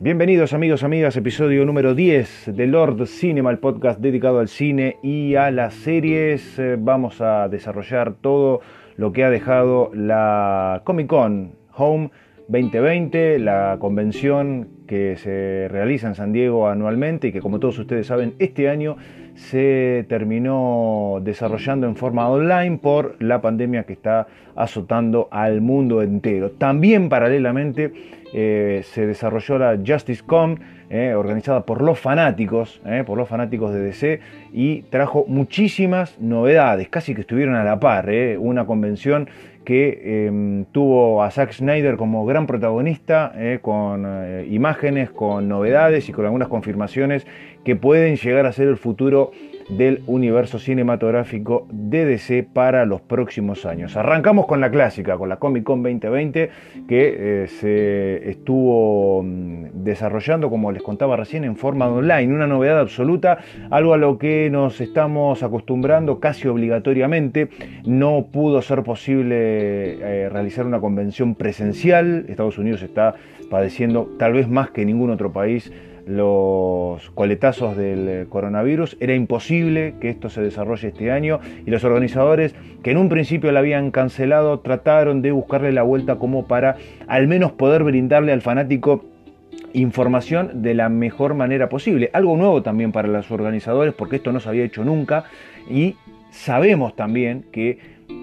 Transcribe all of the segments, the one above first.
Bienvenidos amigos, amigas, episodio número 10 de Lord Cinema, el podcast dedicado al cine y a las series. Vamos a desarrollar todo lo que ha dejado la Comic Con Home 2020, la convención que se realiza en San Diego anualmente y que, como todos ustedes saben, este año se terminó desarrollando en forma online por la pandemia que está azotando al mundo entero. También paralelamente se desarrolló la JusticeCon, organizada por los fanáticos de DC, y trajo muchísimas novedades, casi que estuvieron a la par, una convención que tuvo a Zack Snyder como gran protagonista, con imágenes, con novedades y con algunas confirmaciones que pueden llegar a ser el futuro del universo cinematográfico de DC para los próximos años. Arrancamos con la clásica, con la Comic Con 2020, que se estuvo desarrollando, como les contaba recién, en forma online, una novedad absoluta, algo a lo que nos estamos acostumbrando casi obligatoriamente. No pudo ser posible realizar una convención presencial. Estados Unidos está padeciendo, tal vez más que ningún otro país, los coletazos del coronavirus. Era imposible que esto se desarrolle este año y los organizadores, que en un principio la habían cancelado, trataron de buscarle la vuelta como para al menos poder brindarle al fanático información de la mejor manera posible. Algo nuevo también para los organizadores, porque esto no se había hecho nunca, y sabemos también que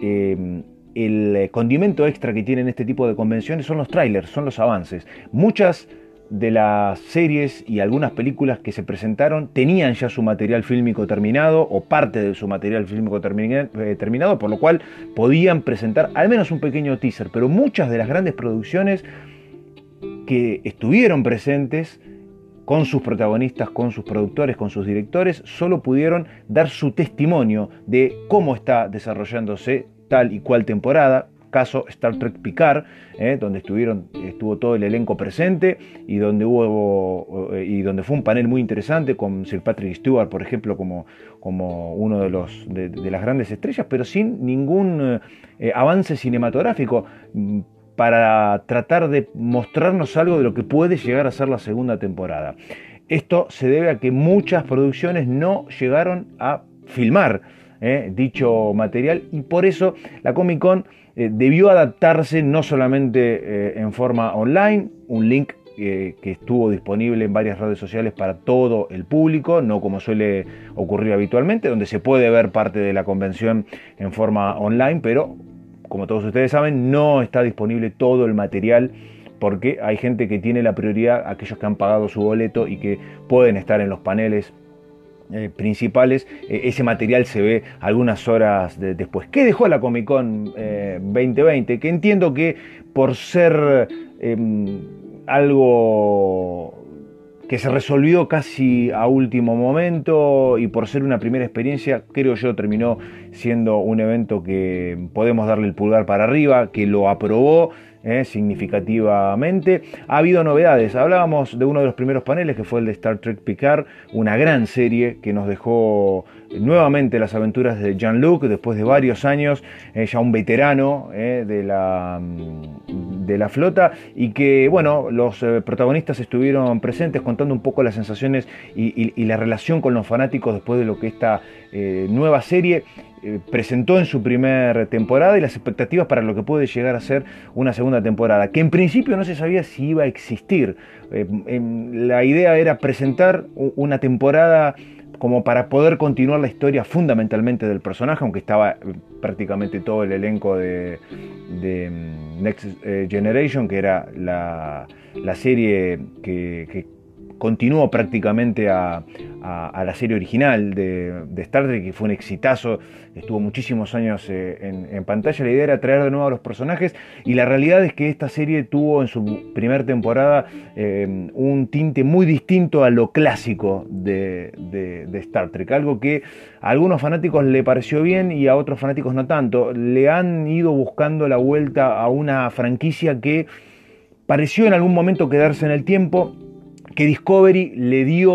el condimento extra que tienen este tipo de convenciones son los trailers, son los avances. Muchas de las series y algunas películas que se presentaron tenían ya su material fílmico terminado o parte de su material fílmico terminado, por lo cual podían presentar al menos un pequeño teaser, pero muchas de las grandes producciones que estuvieron presentes con sus protagonistas, con sus productores, con sus directores, solo pudieron dar su testimonio de cómo está desarrollándose tal y cual temporada. Caso Star Trek Picard, donde estuvo todo el elenco presente y donde fue un panel muy interesante con Sir Patrick Stewart, por ejemplo, como uno de las grandes estrellas, pero sin ningún avance cinematográfico para tratar de mostrarnos algo de lo que puede llegar a ser la segunda temporada. Esto se debe a que muchas producciones no llegaron a filmar dicho material, y por eso la Comic Con debió adaptarse no solamente en forma online, un link que estuvo disponible en varias redes sociales para todo el público, no como suele ocurrir habitualmente, donde se puede ver parte de la convención en forma online, pero como todos ustedes saben, no está disponible todo el material, porque hay gente que tiene la prioridad, aquellos que han pagado su boleto y que pueden estar en los paneles principales. Ese material se ve algunas horas después. ¿Qué dejó la Comic Con 2020? Que entiendo que por ser algo que se resolvió casi a último momento y por ser una primera experiencia, creo yo terminó siendo un evento que podemos darle el pulgar para arriba, que lo aprobó significativamente. Ha habido novedades. Hablábamos de uno de los primeros paneles, que fue el de Star Trek Picard, una gran serie que nos dejó nuevamente las aventuras de Jean-Luc después de varios años, ya un veterano de la flota, y que, bueno, los protagonistas estuvieron presentes contando un poco las sensaciones y la relación con los fanáticos después de lo que esta nueva serie presentó en su primera temporada y las expectativas para lo que puede llegar a ser una segunda temporada, que en principio no se sabía si iba a existir. La idea era presentar una temporada como para poder continuar la historia fundamentalmente del personaje, aunque estaba prácticamente todo el elenco de Next Generation, que era la serie que continuó prácticamente a la serie original de Star Trek, que fue un exitazo, estuvo muchísimos años en pantalla. La idea era traer de nuevo a los personajes, y la realidad es que esta serie tuvo en su primera temporada un tinte muy distinto a lo clásico de Star Trek, algo que a algunos fanáticos le pareció bien y a otros fanáticos no tanto. Le han ido buscando la vuelta a una franquicia que pareció en algún momento quedarse en el tiempo, que Discovery le dio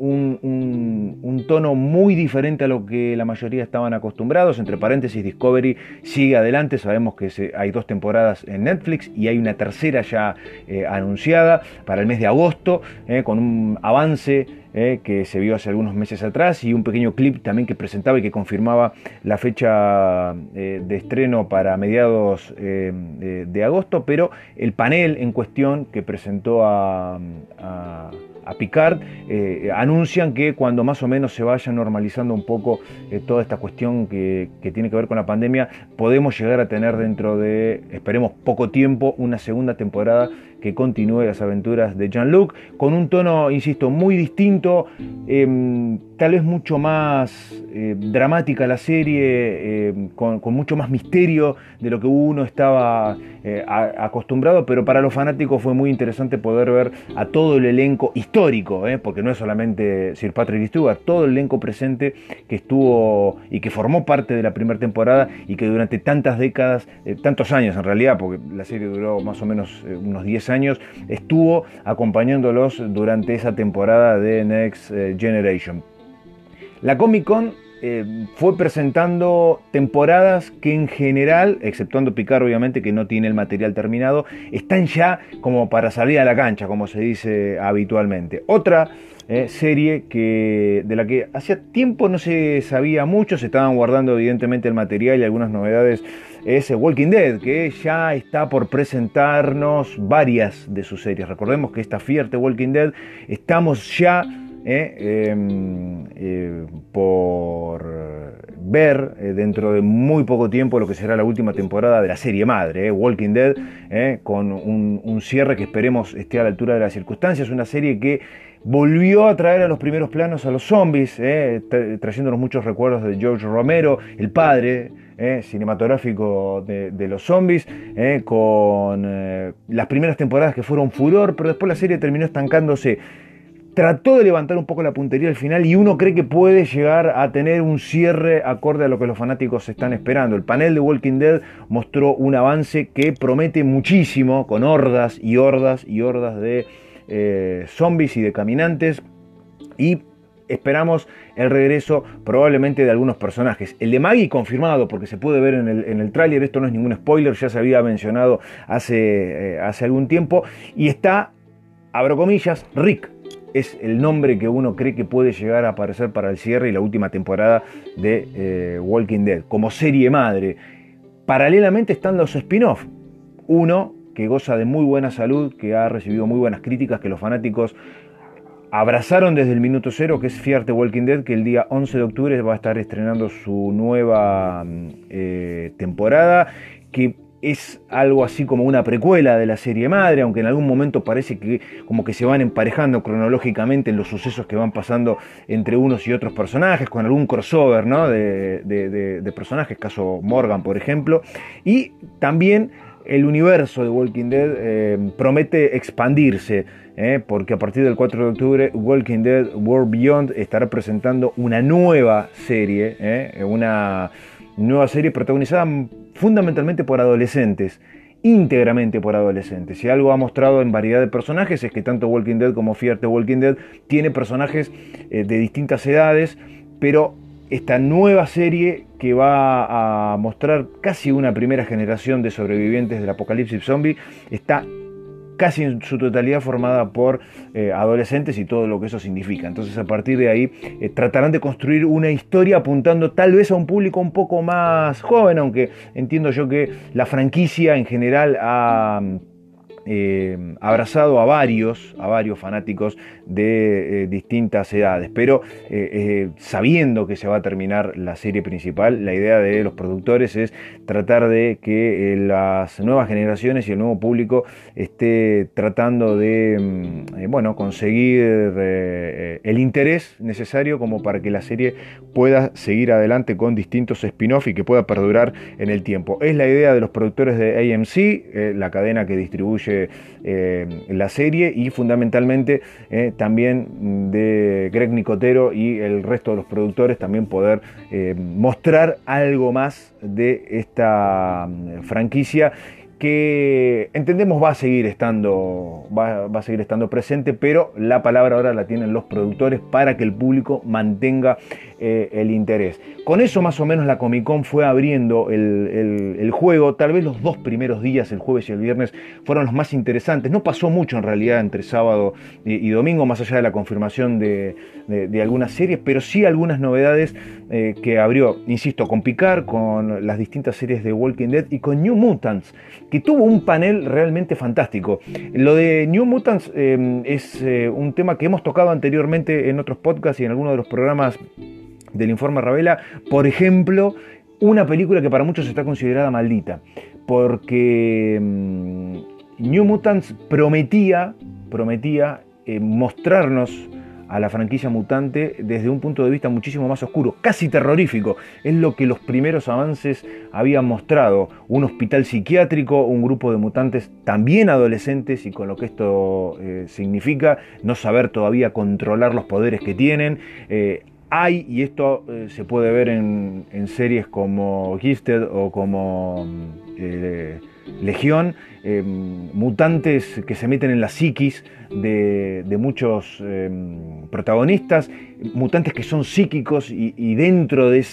un tono muy diferente a lo que la mayoría estaban acostumbrados. Entre paréntesis, Discovery sigue adelante. Sabemos que hay 2 temporadas en Netflix y hay una tercera ya anunciada para el mes de agosto, con un avance que se vio hace algunos meses atrás y un pequeño clip también que presentaba y que confirmaba la fecha de estreno para mediados de agosto. Pero el panel en cuestión que presentó a Picard anuncian que cuando más o menos se vaya normalizando un poco toda esta cuestión que tiene que ver con la pandemia, podemos llegar a tener dentro de, esperemos, poco tiempo, una segunda temporada que continúe las aventuras de Jean-Luc con un tono, insisto, muy distinto, tal vez mucho más dramática la serie, con mucho más misterio de lo que uno estaba acostumbrado, pero para los fanáticos fue muy interesante poder ver a todo el elenco histórico, porque no es solamente Sir Patrick Stewart, todo el elenco presente que estuvo y que formó parte de la primera temporada y que durante tantas décadas, tantos años en realidad, porque la serie duró más o menos unos 10 años, estuvo acompañándolos durante esa temporada de Next Generation. La Comic Con fue presentando temporadas que en general, exceptuando Picard obviamente que no tiene el material terminado, están ya como para salir a la cancha, como se dice habitualmente. Otra serie de la que hacía tiempo no se sabía mucho, se estaban guardando evidentemente el material y algunas novedades, es Walking Dead, que ya está por presentarnos varias de sus series. Recordemos que esta fierte Walking Dead estamos ya por ver dentro de muy poco tiempo lo que será la última temporada de la serie madre, Walking Dead, con un cierre que esperemos esté a la altura de las circunstancias. Una serie que volvió a traer a los primeros planos a los zombies, trayéndonos muchos recuerdos de George Romero, el padre cinematográfico de los zombies, con las primeras temporadas que fueron furor, pero después la serie terminó estancándose. Trató de levantar un poco la puntería al final y uno cree que puede llegar a tener un cierre acorde a lo que los fanáticos están esperando. El panel de Walking Dead mostró un avance que promete muchísimo, con hordas y hordas y hordas de zombies y de caminantes, y esperamos el regreso probablemente de algunos personajes. El de Maggie confirmado, porque se puede ver en el tráiler, esto no es ningún spoiler, ya se había mencionado hace algún tiempo, y está, abro comillas, Rick. Es el nombre que uno cree que puede llegar a aparecer para el cierre y la última temporada de Walking Dead, como serie madre. Paralelamente están los spin-off. Uno que goza de muy buena salud, que ha recibido muy buenas críticas, que los fanáticos abrazaron desde el minuto cero, que es Fear the Walking Dead, que el día 11 de octubre va a estar estrenando su nueva temporada, que es algo así como una precuela de la serie madre, aunque en algún momento parece que como que se van emparejando cronológicamente en los sucesos que van pasando entre unos y otros personajes, con algún crossover, ¿no? de personajes, caso Morgan, por ejemplo. Y también el universo de Walking Dead promete expandirse, porque a partir del 4 de octubre Walking Dead World Beyond estará presentando una nueva serie, una nueva serie protagonizada fundamentalmente por adolescentes, íntegramente por adolescentes. Si algo ha mostrado en variedad de personajes es que tanto Walking Dead como Fear the Walking Dead tiene personajes de distintas edades, pero esta nueva serie que va a mostrar casi una primera generación de sobrevivientes del apocalipsis zombie está casi en su totalidad formada por adolescentes y todo lo que eso significa. Entonces, a partir de ahí tratarán de construir una historia apuntando tal vez a un público un poco más joven, aunque entiendo yo que la franquicia en general ha abrazado a varios fanáticos de distintas edades, pero sabiendo que se va a terminar la serie principal, la idea de los productores es tratar de que las nuevas generaciones y el nuevo público esté tratando de conseguir el interés necesario como para que la serie pueda seguir adelante con distintos spin-off y que pueda perdurar en el tiempo. Es la idea de los productores de AMC, la cadena que distribuye la serie, y fundamentalmente también de Greg Nicotero y el resto de los productores, también poder mostrar algo más de esta franquicia que entendemos va a seguir estando presente, pero la palabra ahora la tienen los productores para que el público mantenga el interés. Con eso más o menos la Comic Con fue abriendo el juego. Tal vez los 2 primeros días, el jueves y el viernes, fueron los más interesantes. No pasó mucho en realidad entre sábado y domingo, más allá de la confirmación de algunas series, pero sí algunas novedades que abrió, insisto, con Picard, con las distintas series de Walking Dead y con New Mutants, que tuvo un panel realmente fantástico. Lo de New Mutants es un tema que hemos tocado anteriormente en otros podcasts y en algunos de los programas del Informe Ravela. Por ejemplo, una película que para muchos está considerada maldita, porque New Mutants prometía mostrarnos a la franquicia mutante desde un punto de vista muchísimo más oscuro, casi terrorífico. Es lo que los primeros avances habían mostrado: un hospital psiquiátrico, un grupo de mutantes también adolescentes, y con lo que esto significa no saber todavía controlar los poderes que tienen. Hay, y esto se puede ver en series como Gifted o como Legión, mutantes que se meten en la psiquis de muchos protagonistas, mutantes que son psíquicos y dentro de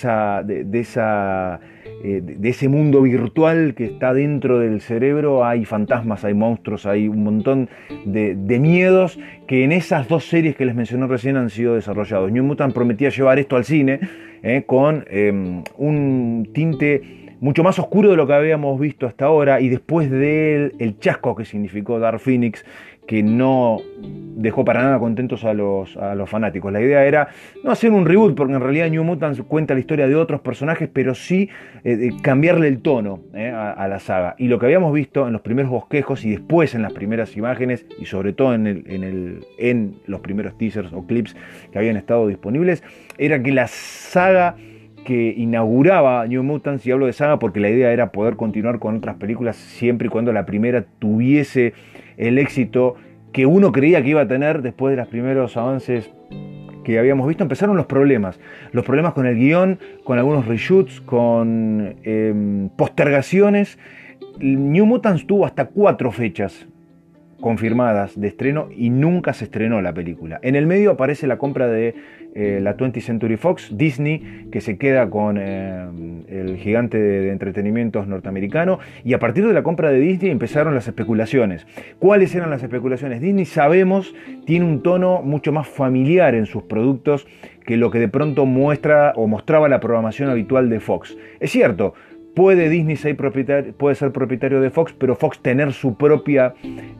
ese mundo virtual que está dentro del cerebro hay fantasmas, hay monstruos, hay un montón de miedos que en esas 2 series que les mencioné recién han sido desarrollados. New Mutant prometía llevar esto al cine con un tinte mucho más oscuro de lo que habíamos visto hasta ahora, y después del chasco que significó Dark Phoenix, que no dejó para nada contentos a los fanáticos. La idea era no hacer un reboot, porque en realidad New Mutants cuenta la historia de otros personajes, pero sí cambiarle el tono a la saga. Y lo que habíamos visto en los primeros bosquejos y después en las primeras imágenes, y sobre todo en los primeros teasers o clips que habían estado disponibles, era que la saga que inauguraba New Mutants, y hablo de saga porque la idea era poder continuar con otras películas siempre y cuando la primera tuviese el éxito que uno creía que iba a tener después de los primeros avances que habíamos visto. Empezaron los problemas con el guión, con algunos reshoots, con postergaciones. New Mutants tuvo hasta 4 fechas confirmadas de estreno y nunca se estrenó la película. En el medio aparece la compra de la 20th Century Fox, Disney, que se queda con el gigante de entretenimientos norteamericano, y a partir de la compra de Disney empezaron las especulaciones. ¿Cuáles eran las especulaciones? Disney, sabemos, tiene un tono mucho más familiar en sus productos que lo que de pronto muestra o mostraba la programación habitual de Fox. Es cierto, puede Disney ser propietario de Fox, pero Fox tener sus propios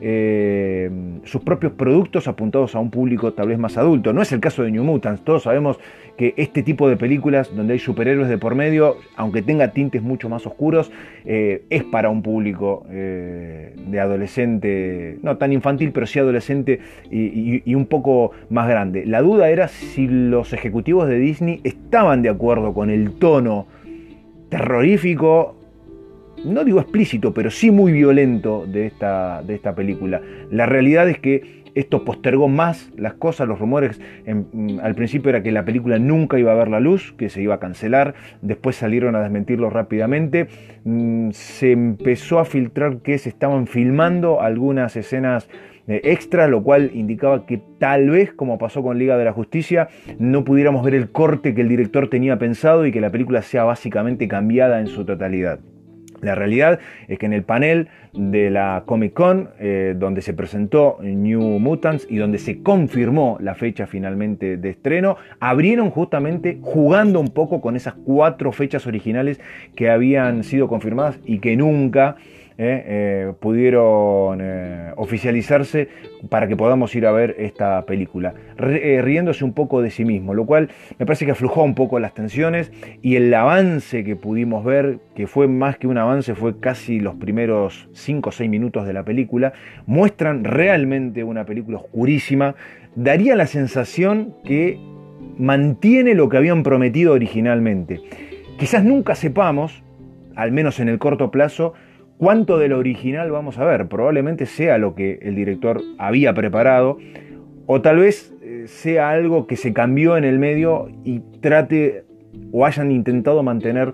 productos apuntados a un público tal vez más adulto. No es el caso de New Mutants. Todos sabemos que este tipo de películas donde hay superhéroes de por medio, aunque tenga tintes mucho más oscuros, es para un público de adolescente, no tan infantil, pero sí adolescente y un poco más grande. La duda era si los ejecutivos de Disney estaban de acuerdo con el tono terrorífico, no digo explícito, pero sí muy violento de esta película. La realidad es que esto postergó más las cosas. Los rumores al principio era que la película nunca iba a ver la luz, que se iba a cancelar. Después salieron a desmentirlo rápidamente. Se empezó a filtrar que se estaban filmando algunas escenas extra, lo cual indicaba que tal vez, como pasó con Liga de la Justicia, no pudiéramos ver el corte que el director tenía pensado y que la película sea básicamente cambiada en su totalidad. La realidad es que en el panel de la Comic Con, donde se presentó New Mutants y donde se confirmó la fecha finalmente de estreno, abrieron justamente jugando un poco con esas 4 fechas originales que habían sido confirmadas y que nunca pudieron oficializarse para que podamos ir a ver esta película, riéndose un poco de sí mismo, lo cual me parece que aflojó un poco las tensiones, y el avance que pudimos ver, que fue más que un avance, fue casi los primeros 5 o 6 minutos de la película, muestran realmente una película oscurísima. Daría la sensación que mantiene lo que habían prometido originalmente. Quizás nunca sepamos, al menos en el corto plazo, cuánto de lo original vamos a ver. Probablemente sea lo que el director había preparado, o tal vez sea algo que se cambió en el medio y trate o hayan intentado mantener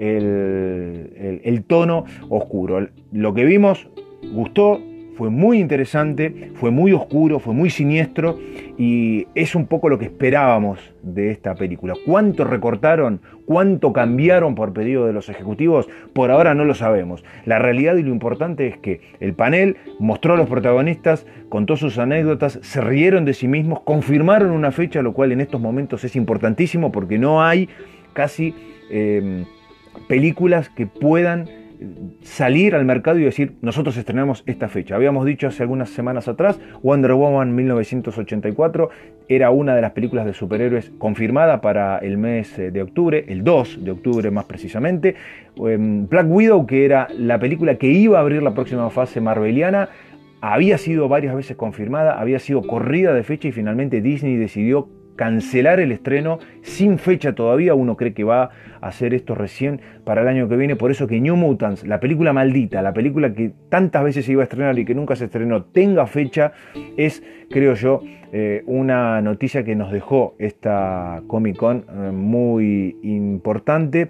el tono oscuro. Lo que vimos gustó, fue muy interesante, fue muy oscuro, fue muy siniestro y es un poco lo que esperábamos de esta película. ¿Cuánto recortaron? ¿Cuánto cambiaron por pedido de los ejecutivos? Por ahora no lo sabemos. La realidad y lo importante es que el panel mostró a los protagonistas, contó sus anécdotas, se rieron de sí mismos, confirmaron una fecha, lo cual en estos momentos es importantísimo porque no hay casi películas que puedan salir al mercado y decir, nosotros estrenamos esta fecha. Habíamos dicho hace algunas semanas atrás, Wonder Woman 1984 era una de las películas de superhéroes confirmada para el mes de octubre, el 2 de octubre más precisamente. Black Widow, que era la película que iba a abrir la próxima fase marveliana, había sido varias veces confirmada, había sido corrida de fecha y finalmente Disney decidió cancelar el estreno sin fecha todavía. Uno cree que va a hacer esto recién para el año que viene. Por eso que New Mutants, la película maldita, la película que tantas veces se iba a estrenar y que nunca se estrenó, tenga fecha, es, creo yo, una noticia que nos dejó esta Comic Con muy importante,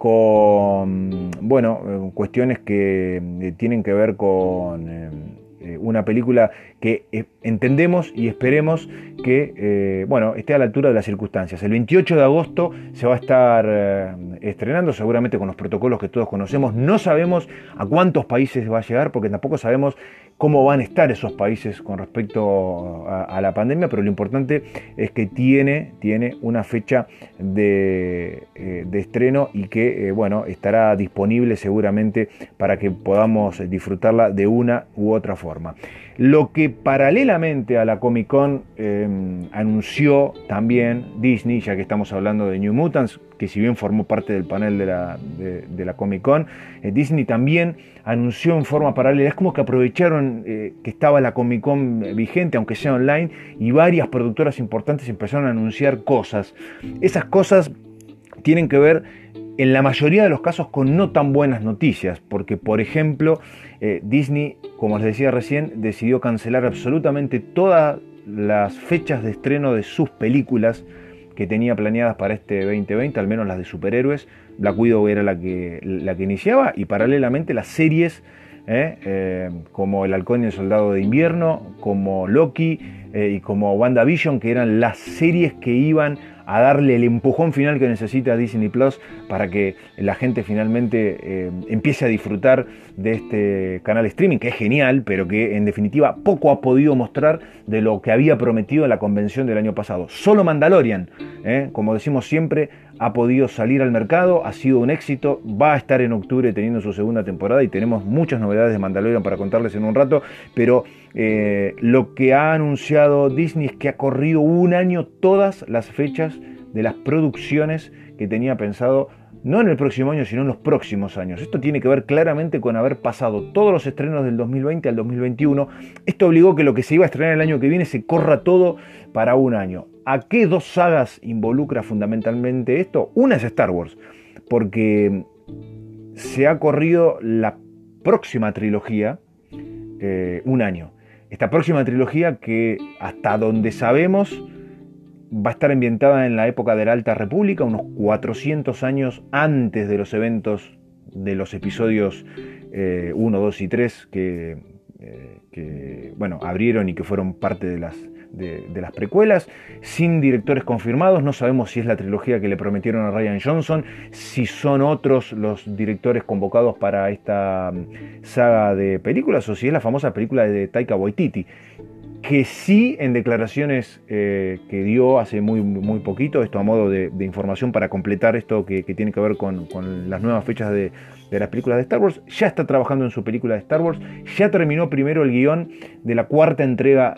con cuestiones que tienen que ver con una película que entendemos y esperemos que esté a la altura de las circunstancias. El 28 de agosto se va a estar estrenando, seguramente con los protocolos que todos conocemos. No sabemos a cuántos países va a llegar, porque tampoco sabemos cómo van a estar esos países con respecto a la pandemia, pero lo importante es que tiene una fecha de estreno y que estará disponible seguramente para que podamos disfrutarla de una u otra forma. Lo que paralelamente a la Comic Con anunció también Disney, ya que estamos hablando de New Mutants, que si bien formó parte del panel de la Comic Con, Disney también anunció en forma paralela. Es como que aprovecharon que estaba la Comic Con vigente, aunque sea online, y varias productoras importantes empezaron a anunciar cosas. Esas cosas tienen que ver, en la mayoría de los casos, con no tan buenas noticias, porque, por ejemplo, Disney, como les decía recién, decidió cancelar absolutamente todas las fechas de estreno de sus películas que tenía planeadas para este 2020, al menos las de superhéroes. Black Widow era la que iniciaba, y paralelamente las series como El Halcón y el Soldado de Invierno, como Loki y como WandaVision, que eran las series que iban a darle el empujón final que necesita Disney Plus para que la gente finalmente empiece a disfrutar de este canal streaming, que es genial, pero que en definitiva poco ha podido mostrar de lo que había prometido en la convención del año pasado. Solo Mandalorian, como decimos siempre, ha podido salir al mercado, ha sido un éxito, va a estar en octubre teniendo su segunda temporada y tenemos muchas novedades de Mandalorian para contarles en un rato, pero lo que ha anunciado Disney es que ha corrido un año todas las fechas de las producciones que tenía pensado, no en el próximo año, sino en los próximos años. Esto tiene que ver claramente con haber pasado todos los estrenos del 2020 al 2021. Esto obligó que lo que se iba a estrenar el año que viene se corra todo para un año. ¿A qué dos sagas involucra fundamentalmente esto? Una es Star Wars, porque se ha corrido la próxima trilogía un año. Esta próxima trilogía, que hasta donde sabemos va a estar ambientada en la época de la Alta República, unos 400 años antes de los eventos de los episodios 1, 2 y 3 que abrieron y que fueron parte de las precuelas, sin directores confirmados. No sabemos si es la trilogía que le prometieron a Rian Johnson, si son otros los directores convocados para esta saga de películas, o si es la famosa película de Taika Waititi, que sí, en declaraciones que dio hace muy poquito, esto a modo de información para completar esto que tiene que ver con las nuevas fechas de las películas de Star Wars, ya está trabajando en su película de Star Wars, ya terminó primero el guión de la cuarta entrega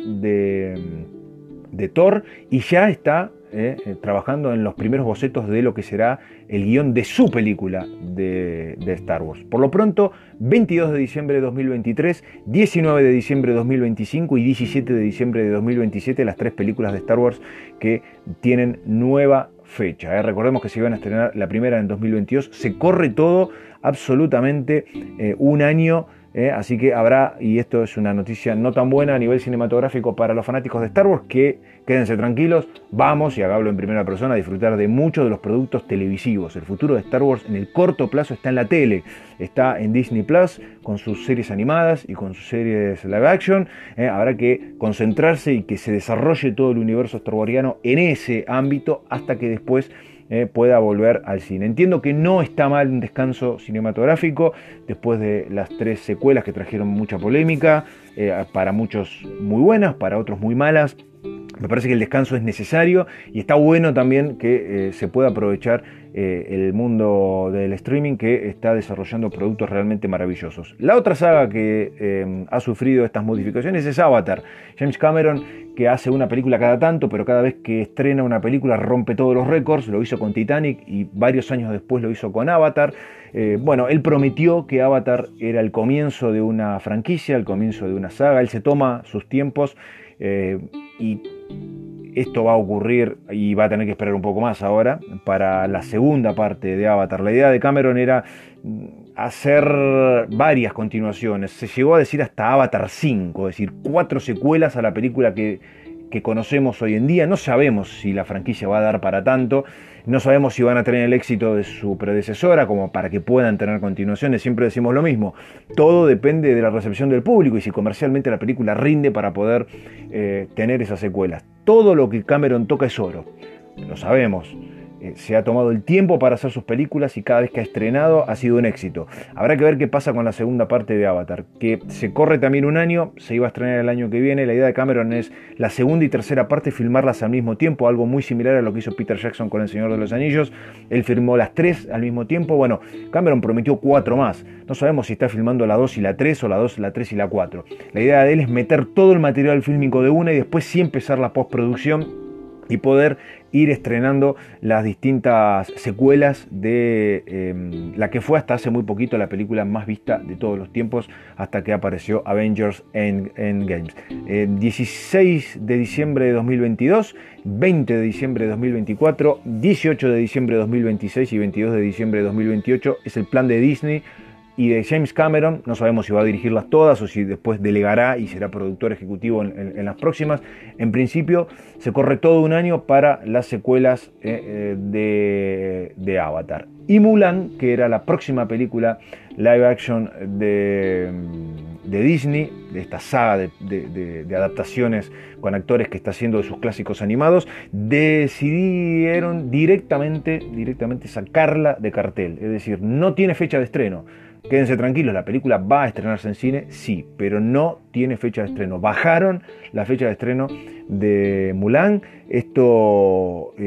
de Thor, y ya está trabajando en los primeros bocetos de lo que será el guión de su película de Star Wars. Por lo pronto, 22 de diciembre de 2023, 19 de diciembre de 2025 y 17 de diciembre de 2027, las tres películas de Star Wars que tienen nueva fecha. Recordemos que se iban a estrenar la primera en 2022, se corre todo absolutamente un año. Así que habrá, y esto es una noticia no tan buena a nivel cinematográfico para los fanáticos de Star Wars, que quédense tranquilos, vamos, y acá hablo en primera persona, a disfrutar de muchos de los productos televisivos. El futuro de Star Wars en el corto plazo está en la tele, está en Disney Plus, con sus series animadas y con sus series live action. Habrá que concentrarse y que se desarrolle todo el universo starwariano en ese ámbito hasta que después pueda volver al cine. Entiendo que no está mal un descanso cinematográfico después de las 3 secuelas que trajeron mucha polémica, para muchos muy buenas, para otros muy malas. Me parece que el descanso es necesario y está bueno también que se pueda aprovechar el mundo del streaming, que está desarrollando productos realmente maravillosos. La otra saga que ha sufrido estas modificaciones es Avatar. James Cameron, que hace una película cada tanto, pero cada vez que estrena una película rompe todos los récords. Lo hizo con Titanic y varios años después lo hizo con Avatar. Bueno, él prometió que Avatar era el comienzo de una franquicia, el comienzo de una saga. Él se toma sus tiempos y esto va a ocurrir y va a tener que esperar un poco más ahora para la segunda parte de Avatar. La idea de Cameron era hacer varias continuaciones. Se llegó a decir hasta Avatar 5, es decir, 4 secuelas a la película que conocemos hoy en día. No sabemos si la franquicia va a dar para tanto. No sabemos si van a tener el éxito de su predecesora como para que puedan tener continuaciones. Siempre decimos lo mismo. Todo depende de la recepción del público y si comercialmente la película rinde para poder tener esas secuelas. Todo lo que Cameron toca es oro. Lo sabemos. Se ha tomado el tiempo para hacer sus películas y cada vez que ha estrenado ha sido un éxito. Habrá que ver qué pasa con la segunda parte de Avatar, que se corre también un año, se iba a estrenar el año que viene. La idea de Cameron es la segunda y tercera parte filmarlas al mismo tiempo, algo muy similar a lo que hizo Peter Jackson con El Señor de los Anillos. Él filmó las 3 al mismo tiempo. Bueno, Cameron prometió 4 más. No sabemos si está filmando la 2 y la 3 o la 2, la 3 y la 4. La idea de él es meter todo el material fílmico de una y después sí empezar la postproducción y poder ir estrenando las distintas secuelas de la que fue hasta hace muy poquito la película más vista de todos los tiempos, hasta que apareció Avengers Endgame. 16 de diciembre de 2022, 20 de diciembre de 2024, 18 de diciembre de 2026 y 22 de diciembre de 2028 es el plan de Disney y de James Cameron. No sabemos si va a dirigirlas todas o si después delegará y será productor ejecutivo en las próximas. En principio se corre todo un año para las secuelas de Avatar. Y Mulan, que era la próxima película live action de Disney, de esta saga de adaptaciones con actores que está haciendo de sus clásicos animados, decidieron directamente sacarla de cartel. Es decir, no tiene fecha de estreno. Quédense tranquilos, la película va a estrenarse en cine, sí, pero no tiene fecha de estreno. Bajaron la fecha de estreno de Mulan. Esto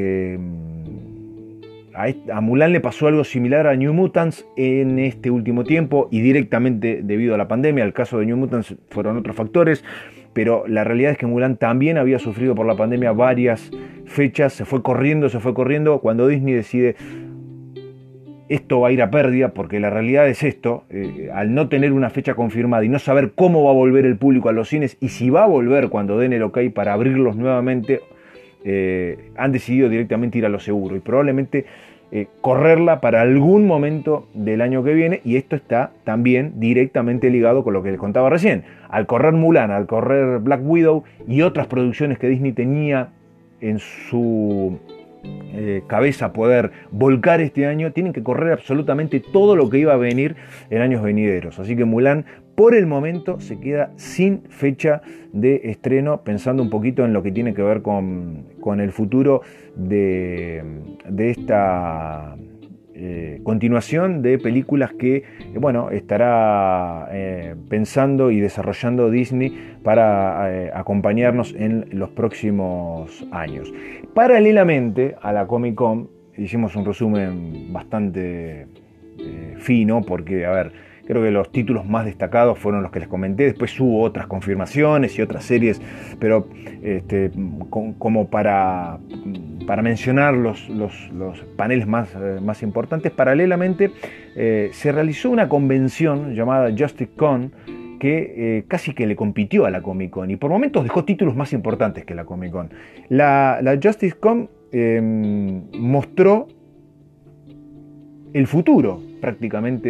a Mulan le pasó algo similar a New Mutants en este último tiempo y directamente debido a la pandemia. El caso de New Mutants fueron otros factores, pero la realidad es que Mulan también había sufrido por la pandemia varias fechas. Se fue corriendo. Cuando Disney decide esto va a ir a pérdida, porque la realidad es esto, al no tener una fecha confirmada y no saber cómo va a volver el público a los cines y si va a volver cuando den el ok para abrirlos nuevamente, han decidido directamente ir a lo seguro y probablemente correrla para algún momento del año que viene. Y esto está también directamente ligado con lo que les contaba recién. Al correr Mulan, al correr Black Widow y otras producciones que Disney tenía en su cabeza poder volcar este año, tienen que correr absolutamente todo lo que iba a venir en años venideros. Así que Mulan por el momento se queda sin fecha de estreno, pensando un poquito en lo que tiene que ver con el futuro de esta continuación de películas que estará pensando y desarrollando Disney para acompañarnos en los próximos años. Paralelamente a la Comic Con, hicimos un resumen bastante fino, porque, creo que los títulos más destacados fueron los que les comenté. Después hubo otras confirmaciones y otras series, pero como para mencionar los paneles más importantes. Paralelamente se realizó una convención llamada JusticeCon que casi que le compitió a la Comic Con y por momentos dejó títulos más importantes que la Comic Con. La JusticeCon mostró el futuro prácticamente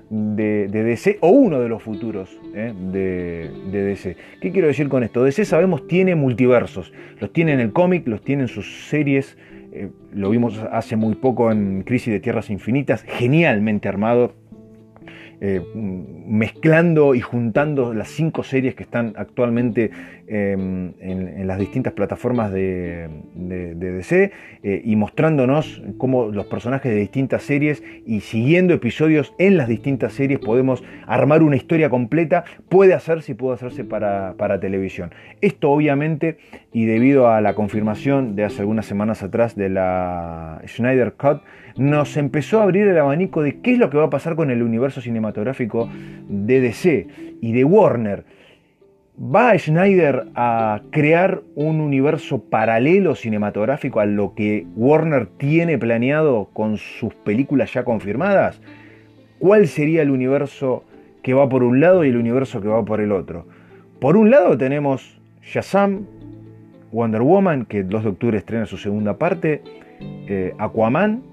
de DC, o uno de los futuros de DC. ¿Qué quiero decir con esto? DC, sabemos, tiene multiversos. Los tiene en el cómic, los tiene en sus series. Lo vimos hace muy poco en Crisis de Tierras Infinitas, genialmente armado, mezclando y juntando las 5 series que están actualmente en las distintas plataformas de DC, y mostrándonos cómo los personajes de distintas series y siguiendo episodios en las distintas series podemos armar una historia completa. Puede hacerse para televisión. Esto obviamente, y debido a la confirmación de hace algunas semanas atrás de la Snyder Cut, nos empezó a abrir el abanico de qué es lo que va a pasar con el universo cinematográfico de DC y de Warner. ¿Va Snyder a crear un universo paralelo cinematográfico a lo que Warner tiene planeado con sus películas ya confirmadas? ¿Cuál sería el universo que va por un lado y el universo que va por el otro? Por un lado tenemos Shazam, Wonder Woman, que el 2 de octubre estrena su segunda parte, Aquaman,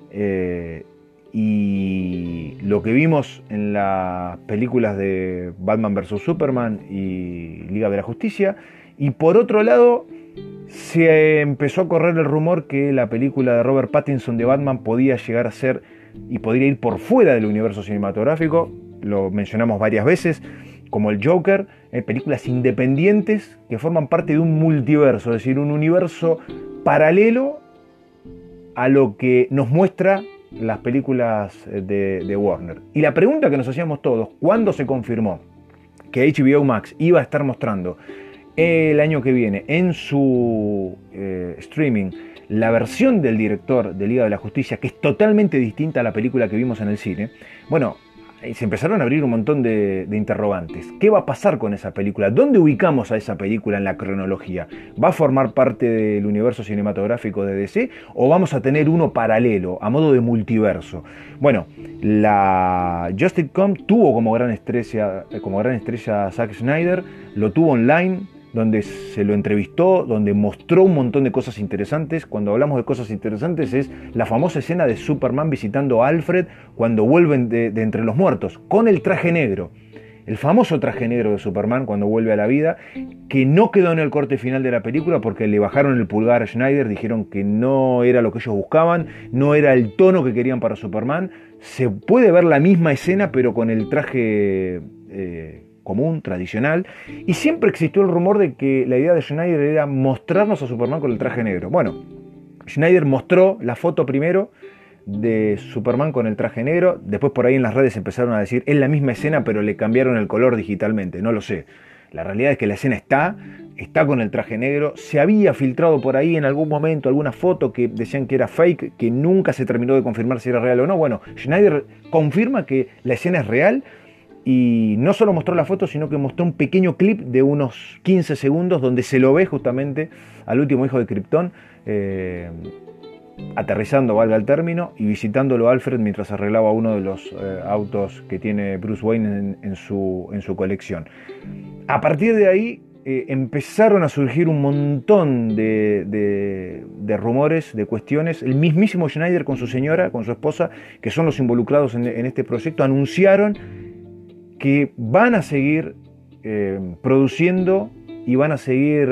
y lo que vimos en las películas de Batman vs Superman y Liga de la Justicia. Y por otro lado, se empezó a correr el rumor que la película de Robert Pattinson de Batman podía llegar a ser y podría ir por fuera del universo cinematográfico. Lo mencionamos varias veces, como el Joker, películas independientes que forman parte de un multiverso, es decir, un universo paralelo a lo que nos muestra las películas de Warner. Y la pregunta que nos hacíamos todos, ¿cuándo se confirmó que HBO Max iba a estar mostrando el año que viene en su streaming la versión del director de Liga de la Justicia, que es totalmente distinta a la película que vimos en el cine? Bueno, se empezaron a abrir un montón de interrogantes. ¿Qué va a pasar con esa película? ¿Dónde ubicamos a esa película en la cronología? ¿Va a formar parte del universo cinematográfico de DC o vamos a tener uno paralelo, a modo de multiverso? Bueno, la JusticeCon tuvo como gran estrella Zack Snyder, lo tuvo online, donde se lo entrevistó, donde mostró un montón de cosas interesantes. Cuando hablamos de cosas interesantes es la famosa escena de Superman visitando a Alfred cuando vuelven de entre los muertos, con el traje negro. El famoso traje negro de Superman cuando vuelve a la vida, que no quedó en el corte final de la película porque le bajaron el pulgar a Snyder, dijeron que no era lo que ellos buscaban, no era el tono que querían para Superman. Se puede ver la misma escena pero con el traje común, tradicional, y siempre existió el rumor de que la idea de Snyder era mostrarnos a Superman con el traje negro. Bueno, Snyder mostró la foto primero de Superman con el traje negro, después por ahí en las redes empezaron a decir es la misma escena pero le cambiaron el color digitalmente, no lo sé. La realidad es que la escena está con el traje negro. Se había filtrado por ahí en algún momento alguna foto que decían que era fake, que nunca se terminó de confirmar si era real o no. Bueno, Snyder confirma que la escena es real. Y no solo mostró la foto, sino que mostró un pequeño clip de unos 15 segundos donde se lo ve justamente al último hijo de Krypton, aterrizando, valga el término, y visitándolo a Alfred mientras arreglaba uno de los autos que tiene Bruce Wayne en su colección. A partir de ahí empezaron a surgir un montón de rumores, de cuestiones. El mismísimo Snyder con su señora, con su esposa, que son los involucrados en este proyecto, anunciaron que van a seguir produciendo y van a seguir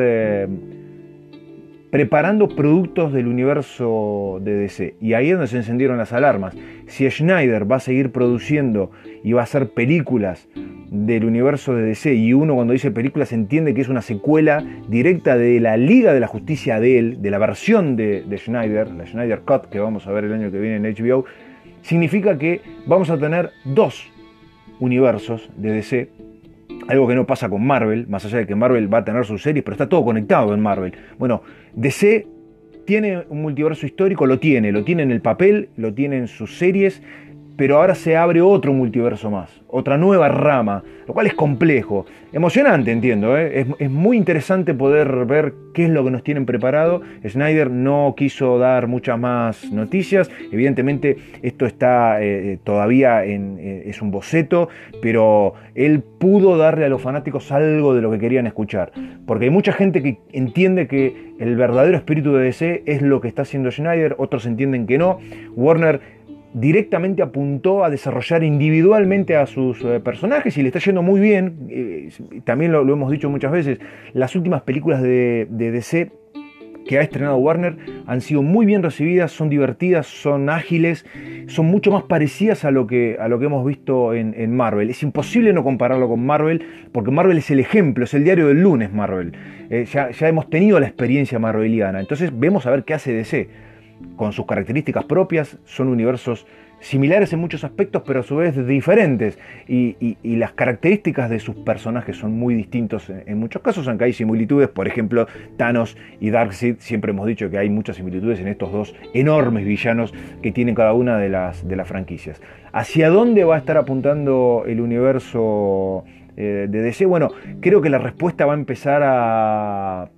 preparando productos del universo de DC. Y ahí es donde se encendieron las alarmas. Si Snyder va a seguir produciendo y va a hacer películas del universo de DC, y uno cuando dice películas entiende que es una secuela directa de la Liga de la Justicia de él, de la versión de Snyder, la Snyder Cut que vamos a ver el año que viene en HBO, significa que vamos a tener 2 universos de DC, algo que no pasa con Marvel, más allá de que Marvel va a tener sus series, pero está todo conectado en Marvel. Bueno, DC tiene un multiverso histórico, lo tiene en el papel, lo tiene en sus series, pero ahora se abre otro multiverso más, otra nueva rama, lo cual es complejo, emocionante, entiendo, es muy interesante poder ver qué es lo que nos tienen preparado. Snyder no quiso dar muchas más noticias, evidentemente esto está todavía es un boceto, pero él pudo darle a los fanáticos algo de lo que querían escuchar, porque hay mucha gente que entiende que el verdadero espíritu de DC es lo que está haciendo Snyder, otros entienden que no. Warner directamente apuntó a desarrollar individualmente a sus personajes y le está yendo muy bien. También lo hemos dicho muchas veces, las últimas películas de DC que ha estrenado Warner han sido muy bien recibidas, son divertidas, son ágiles, son mucho más parecidas a lo que hemos visto en Marvel. Es imposible no compararlo con Marvel, porque Marvel es el ejemplo, es el diario del lunes Marvel. Ya hemos tenido la experiencia marveliana, entonces vemos a ver qué hace DC. Con sus características propias, son universos similares en muchos aspectos, pero a su vez diferentes, y las características de sus personajes son muy distintos en muchos casos, aunque hay similitudes. Por ejemplo, Thanos y Darkseid, siempre hemos dicho que hay muchas similitudes en estos dos enormes villanos que tienen cada una de las franquicias. ¿Hacia dónde va a estar apuntando el universo de DC? Bueno, creo que la respuesta va a empezar a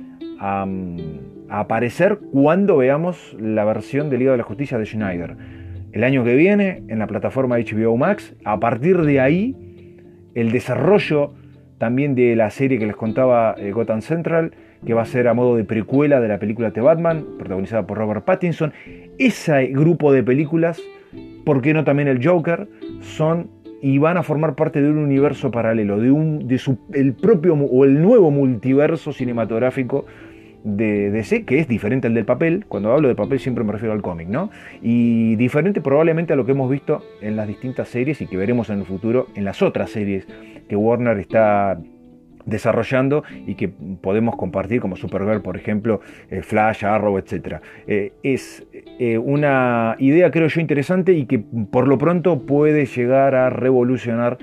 aparecer cuando veamos la versión de Liga de la Justicia de Snyder. El año que viene, en la plataforma HBO Max. A partir de ahí, el desarrollo también de la serie que les contaba, Gotham Central, que va a ser a modo de precuela de la película The Batman, protagonizada por Robert Pattinson. Ese grupo de películas, ¿por qué no también el Joker? Son y van a formar parte de un universo paralelo, el propio o el nuevo multiverso cinematográfico de DC, que es diferente al del papel. Cuando hablo de papel siempre me refiero al cómic, ¿no? Y diferente probablemente a lo que hemos visto en las distintas series y que veremos en el futuro en las otras series que Warner está desarrollando y que podemos compartir, como Supergirl, por ejemplo, Flash, Arrow, etc. Es una idea, creo yo, interesante y que por lo pronto puede llegar a revolucionar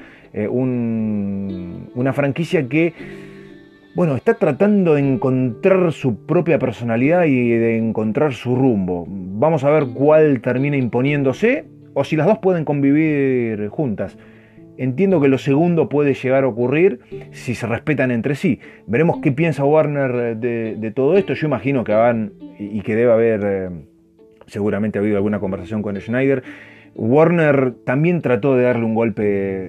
una franquicia que, bueno, está tratando de encontrar su propia personalidad y de encontrar su rumbo. Vamos a ver cuál termina imponiéndose o si las dos pueden convivir juntas. Entiendo que lo segundo puede llegar a ocurrir si se respetan entre sí. Veremos qué piensa Warner de todo esto. Yo imagino que van y que debe haber, seguramente ha habido alguna conversación con Snyder. Warner también trató de darle un golpe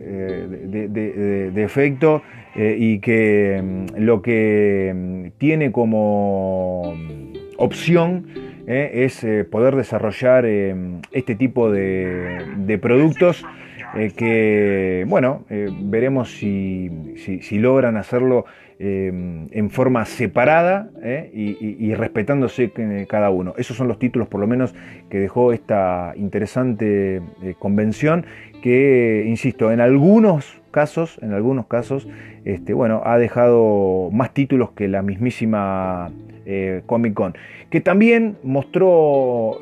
de efecto, y que lo que tiene como opción es poder desarrollar este tipo de productos, que, bueno, veremos si logran hacerlo en forma separada, y respetándose cada uno. Esos son los títulos, por lo menos, que dejó esta interesante convención, que, insisto, en algunos casos, bueno, ha dejado más títulos que la mismísima Comic Con, que también mostró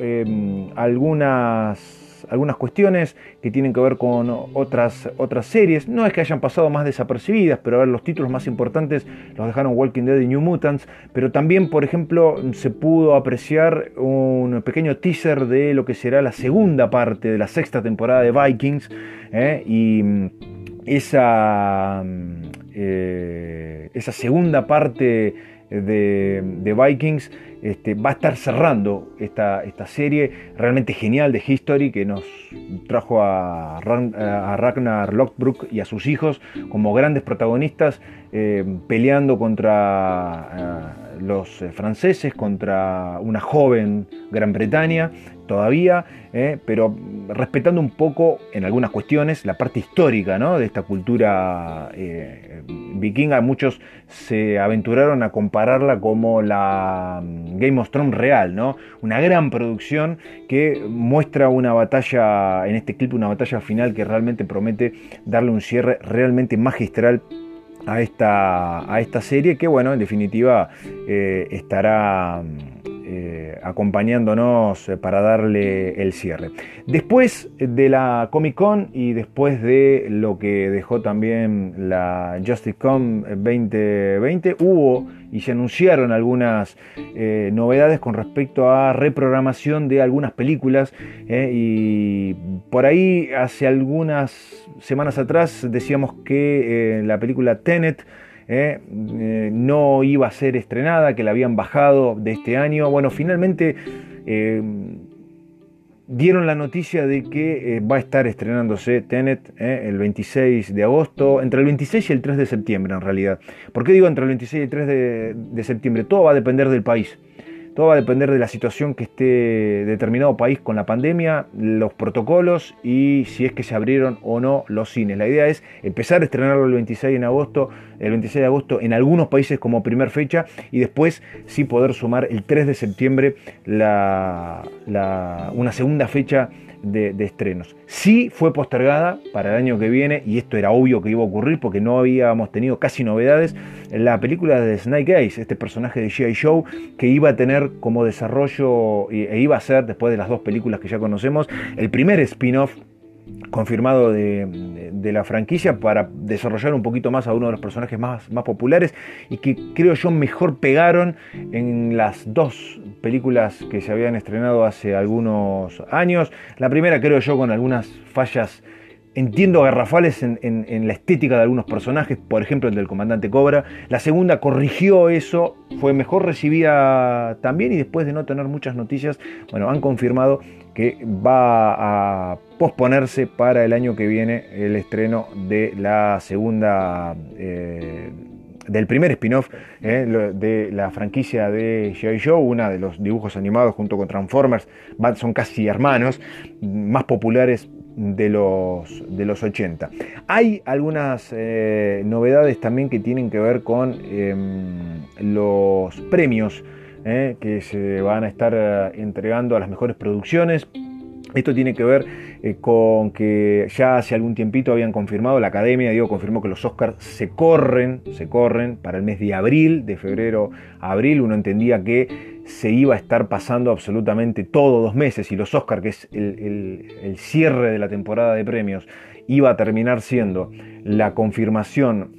algunas cuestiones que tienen que ver con otras series. No es que hayan pasado más desapercibidas, pero a ver, los títulos más importantes los dejaron Walking Dead y New Mutants, pero también, por ejemplo, se pudo apreciar un pequeño teaser de lo que será la segunda parte de la sexta temporada de Vikings, y esa segunda parte de Vikings va a estar cerrando esta serie realmente genial de History, que nos trajo a Ragnar Lothbrok y a sus hijos como grandes protagonistas, peleando contra los franceses, contra una joven Gran Bretaña todavía, pero respetando un poco en algunas cuestiones la parte histórica, ¿no?, de esta cultura vikinga. Muchos se aventuraron a compararla como la Game of Thrones real, ¿no? Una gran producción que muestra una batalla, en este clip, una batalla final que realmente promete darle un cierre realmente magistral a esta serie, que, bueno, en definitiva estará acompañándonos para darle el cierre. Después de la Comic Con y después de lo que dejó también la JusticeCon 2020, hubo y se anunciaron algunas novedades con respecto a reprogramación de algunas películas, y por ahí hace algunas semanas atrás decíamos que la película Tenet no iba a ser estrenada, que la habían bajado de este año. Bueno, finalmente dieron la noticia de que va a estar estrenándose Tenet el 26 de agosto, entre el 26 y el 3 de septiembre en realidad. ¿Por qué digo entre el 26 y el 3 de septiembre? Todo va a depender del país. todo va a depender de la situación que esté determinado país con la pandemia, los protocolos y si es que se abrieron o no los cines. La idea es empezar a estrenarlo el 26 de agosto en algunos países como primer fecha y después sí poder sumar el 3 de septiembre una segunda fecha de estrenos. Sí fue postergada para el año que viene, y esto era obvio que iba a ocurrir porque no habíamos tenido casi novedades. La película de Snake Eyes, este personaje de G.I. Joe, que iba a tener como desarrollo e iba a ser, después de las dos películas que ya conocemos, el primer spin-off confirmado de la franquicia para desarrollar un poquito más a uno de los personajes más populares y que creo yo mejor pegaron en las dos películas que se habían estrenado hace algunos años. La primera creo yo con algunas fallas, entiendo, garrafales en la estética de algunos personajes, por ejemplo el del Comandante Cobra. La segunda corrigió eso, fue mejor recibida también, y después de no tener muchas noticias, bueno, han confirmado que va a posponerse para el año que viene el estreno de la segunda, del primer spin-off de la franquicia de G.I. Joe, una de los dibujos animados junto con Transformers, son casi hermanos, más populares de los 80. Hay algunas novedades también que tienen que ver con los premios que se van a estar entregando a las mejores producciones. Esto tiene que ver con que ya hace algún tiempito habían confirmado, la Academia, confirmó que los Oscars se corren para el mes de abril, de febrero a abril. Uno entendía que se iba a estar pasando absolutamente todos 2 meses, y los Oscars, que es el cierre de la temporada de premios, iba a terminar siendo la confirmación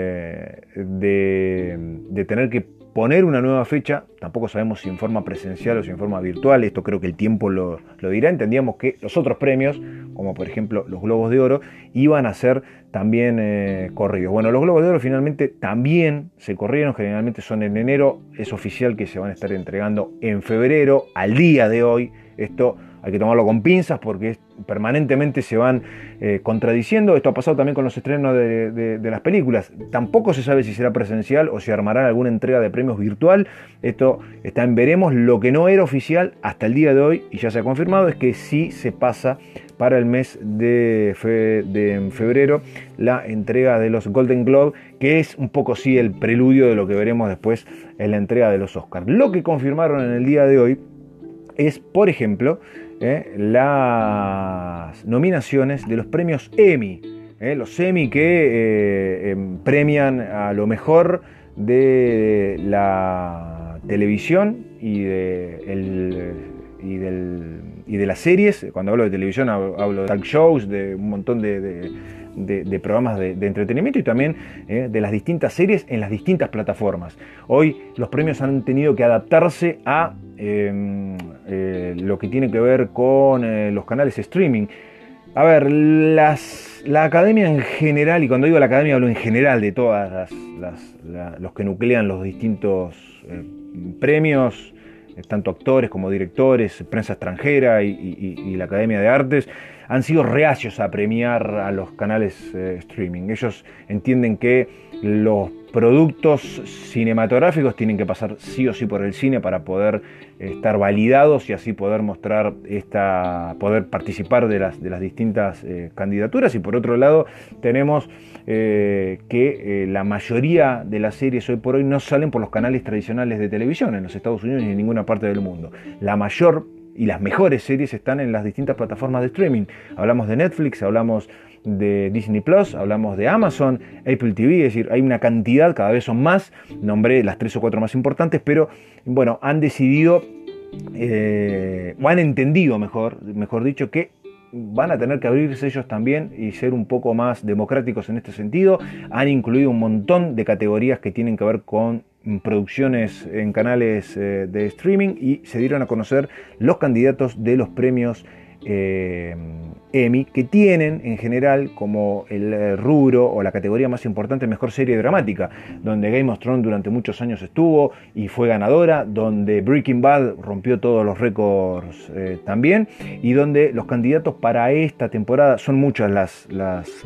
de tener que poner una nueva fecha. Tampoco sabemos si en forma presencial o si en forma virtual, esto creo que el tiempo lo dirá. Entendíamos que los otros premios, como por ejemplo los Globos de Oro, iban a ser también corridos. Bueno, los Globos de Oro finalmente también se corrieron, generalmente son en enero, es oficial que se van a estar entregando en febrero. Al día de hoy, esto hay que tomarlo con pinzas porque permanentemente se van contradiciendo. Esto ha pasado también con los estrenos de las películas. Tampoco se sabe si será presencial o si armarán alguna entrega de premios virtual. Esto está en veremos. Lo que no era oficial hasta el día de hoy, y ya se ha confirmado, es que sí se pasa para el mes de febrero la entrega de los Golden Globe, que es un poco sí el preludio de lo que veremos después en la entrega de los Oscars. Lo que confirmaron en el día de hoy es, por ejemplo, las nominaciones de los premios Emmy. Los Emmy que premian a lo mejor de la televisión y de las series. Cuando hablo de televisión hablo de talk shows, de un montón de programas de entretenimiento, y también de las distintas series en las distintas plataformas. Hoy los premios han tenido que adaptarse a lo que tiene que ver con los canales streaming. A ver, la academia en general, y cuando digo la academia hablo en general de todas los que nuclean los distintos premios, tanto actores como directores, prensa extranjera y la Academia de Artes, han sido reacios a premiar a los canales streaming. Ellos entienden que los productos cinematográficos tienen que pasar sí o sí por el cine para poder estar validados y así poder mostrar poder participar de las distintas candidaturas. Y por otro lado tenemos que la mayoría de las series hoy por hoy no salen por los canales tradicionales de televisión en los Estados Unidos ni en ninguna parte del mundo. La mayor y las mejores series están en las distintas plataformas de streaming. Hablamos de Netflix, hablamos de Disney Plus, hablamos de Amazon, Apple TV, es decir, hay una cantidad, cada vez son más. Nombré las 3 o 4 más importantes, pero bueno, han decidido o han entendido, mejor dicho, que van a tener que abrirse ellos también y ser un poco más democráticos en este sentido. Han incluido un montón de categorías que tienen que ver con producciones en canales de streaming, y se dieron a conocer los candidatos de los premios Emmy, que tienen en general como el rubro o la categoría más importante mejor serie dramática, donde Game of Thrones durante muchos años estuvo y fue ganadora, donde Breaking Bad rompió todos los récords también, y donde los candidatos para esta temporada son muchas las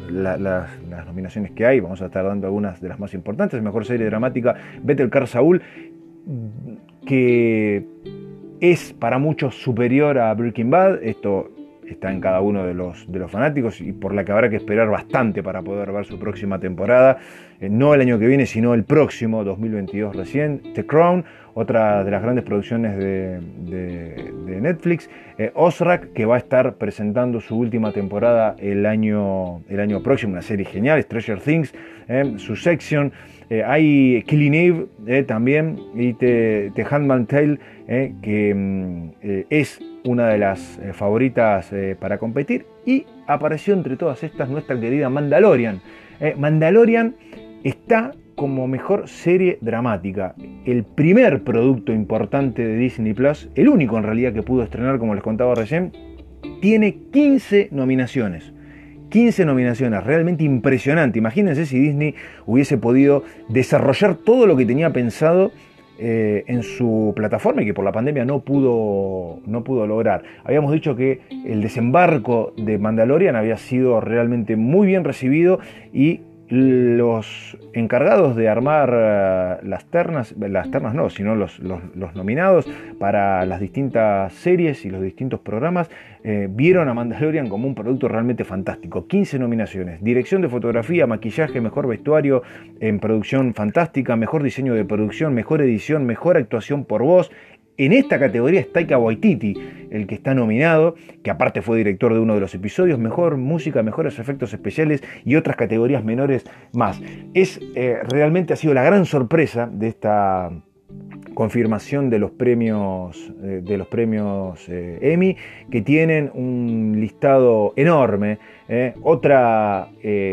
nominaciones que hay. Vamos a estar dando algunas de las más importantes. Mejor serie dramática, Better Call Saul, que es para muchos superior a Breaking Bad. Esto está en cada uno de los fanáticos y por la que habrá que esperar bastante para poder ver su próxima temporada. No el año que viene, sino el próximo, 2022 recién. The Crown, otra de las grandes producciones de Netflix. Ozark, que va a estar presentando su última temporada el año próximo, una serie genial. Stranger Things, Succession. Hay Killing Eve también, y The Handmaid's Tale, que es una de las favoritas para competir. Y apareció entre todas estas nuestra querida Mandalorian. Mandalorian está como mejor serie dramática. El primer producto importante de Disney Plus, el único en realidad que pudo estrenar, como les contaba recién, tiene 15 nominaciones. 15 nominaciones, realmente impresionante. Imagínense si Disney hubiese podido desarrollar todo lo que tenía pensado en su plataforma y que por la pandemia no pudo lograr. Habíamos dicho que el desembarco de Mandalorian había sido realmente muy bien recibido y los encargados de armar las ternas no, sino los nominados para las distintas series y los distintos programas, vieron a Mandalorian como un producto realmente fantástico. 15 nominaciones, dirección de fotografía, maquillaje, mejor vestuario en producción fantástica, mejor diseño de producción, mejor edición, mejor actuación por voz. En esta categoría es Taika Waititi el que está nominado, que aparte fue director de uno de los episodios, mejor música, mejores efectos especiales y otras categorías menores más. Realmente ha sido la gran sorpresa de esta confirmación de los premios Emmy, que tienen un listado enorme. Otra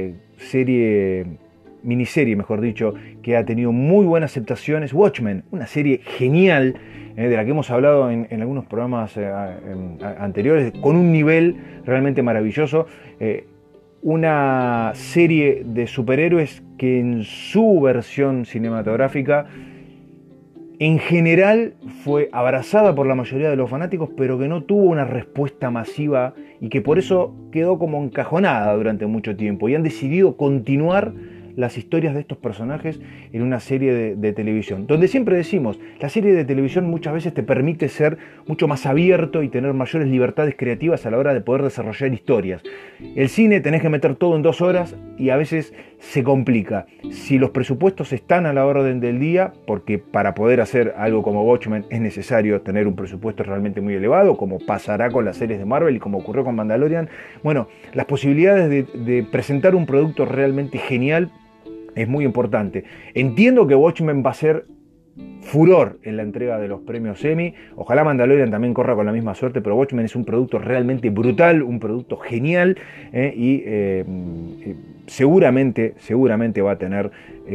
miniserie, mejor dicho, que ha tenido muy buena aceptación es Watchmen, una serie genial, de la que hemos hablado en algunos programas anteriores, con un nivel realmente maravilloso. Una serie de superhéroes que en su versión cinematográfica en general fue abrazada por la mayoría de los fanáticos, pero que no tuvo una respuesta masiva y que por eso quedó como encajonada durante mucho tiempo, y han decidido continuar las historias de estos personajes en una serie de televisión, donde siempre decimos, la serie de televisión muchas veces te permite ser mucho más abierto y tener mayores libertades creativas a la hora de poder desarrollar historias. El cine tenés que meter todo en 2 horas y a veces se complica. Si los presupuestos están a la orden del día, porque para poder hacer algo como Watchmen es necesario tener un presupuesto realmente muy elevado, como pasará con las series de Marvel y como ocurrió con Mandalorian, bueno, las posibilidades de presentar un producto realmente genial es muy importante. Entiendo que Watchmen va a ser furor en la entrega de los premios Emmy. Ojalá Mandalorian también corra con la misma suerte, pero Watchmen es un producto realmente brutal, un producto genial, y seguramente va a tener